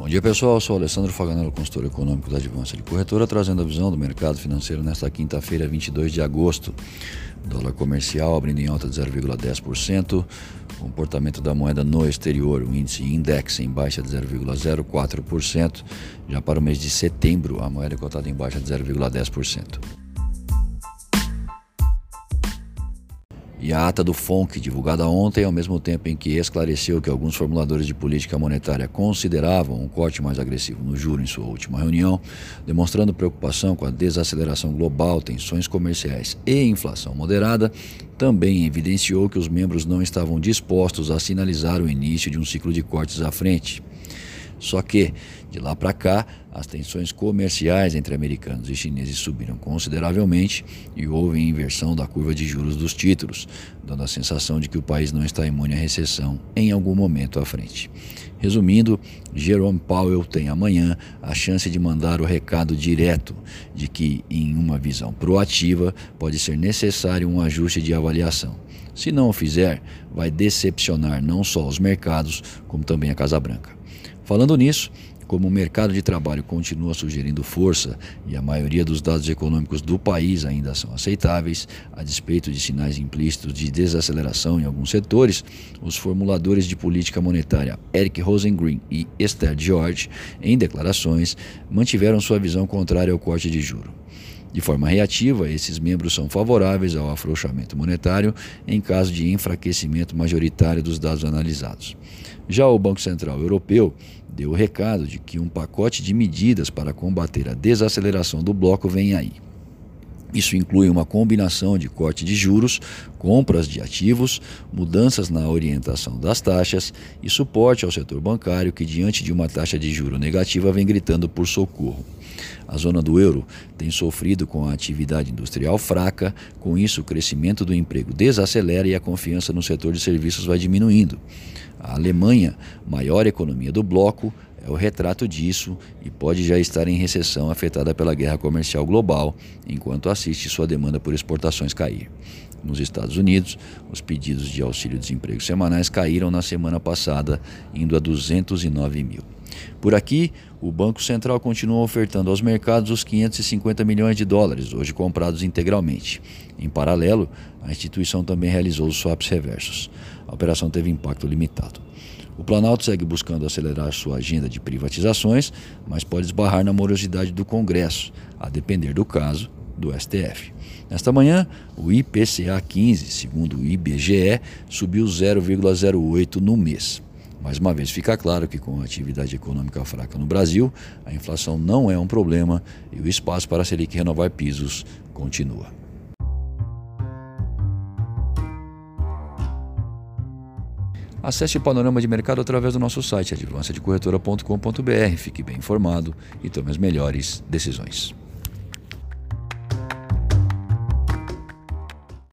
Bom dia, pessoal. Eu sou Alessandro Faganello, consultor econômico da Advança de Corretora, trazendo a visão do mercado financeiro nesta quinta-feira, 22 de agosto. Dólar comercial abrindo em alta de 0,10%. Comportamento da moeda no exterior, o índice index em baixa de 0,04%. Já para o mês de setembro, a moeda é cotada em baixa de 0,10%. E a ata do FONC, divulgada ontem, ao mesmo tempo em que esclareceu que alguns formuladores de política monetária consideravam um corte mais agressivo no juro em sua última reunião, demonstrando preocupação com a desaceleração global, tensões comerciais e inflação moderada, também evidenciou que os membros não estavam dispostos a sinalizar o início de um ciclo de cortes à frente. Só que, de lá para cá, as tensões comerciais entre americanos e chineses subiram consideravelmente e houve inversão da curva de juros dos títulos, dando a sensação de que o país não está imune à recessão em algum momento à frente. Resumindo, Jerome Powell tem amanhã a chance de mandar o recado direto de que, em uma visão proativa, pode ser necessário um ajuste de avaliação. Se não o fizer, vai decepcionar não só os mercados, como também a Casa Branca. Falando nisso, como o mercado de trabalho continua sugerindo força e a maioria dos dados econômicos do país ainda são aceitáveis, a despeito de sinais implícitos de desaceleração em alguns setores, os formuladores de política monetária Eric Rosengren e Esther George, em declarações, mantiveram sua visão contrária ao corte de juro. De forma reativa, esses membros são favoráveis ao afrouxamento monetário em caso de enfraquecimento majoritário dos dados analisados. Já o Banco Central Europeu deu o recado de que um pacote de medidas para combater a desaceleração do bloco vem aí. Isso inclui uma combinação de corte de juros, compras de ativos, mudanças na orientação das taxas e suporte ao setor bancário que, diante de uma taxa de juro negativa, vem gritando por socorro. A zona do euro tem sofrido com a atividade industrial fraca, com isso o crescimento do emprego desacelera e a confiança no setor de serviços vai diminuindo. A Alemanha, maior economia do bloco, é o retrato disso e pode já estar em recessão afetada pela guerra comercial global, enquanto assiste sua demanda por exportações cair. Nos Estados Unidos, os pedidos de auxílio-desemprego semanais caíram na semana passada, indo a 209 mil. Por aqui, o Banco Central continua ofertando aos mercados os 550 milhões de dólares, hoje comprados integralmente. Em paralelo, a instituição também realizou os swaps reversos. A operação teve impacto limitado. O Planalto segue buscando acelerar sua agenda de privatizações, mas pode esbarrar na morosidade do Congresso, a depender do caso do STF. Nesta manhã, o IPCA 15, segundo o IBGE, subiu 0,08 no mês. Mais uma vez fica claro que com a atividade econômica fraca no Brasil, a inflação não é um problema e o espaço para a Selic renovar pisos continua. Acesse o panorama de mercado através do nosso site advancedecorretora.com.br. Fique bem informado e tome as melhores decisões.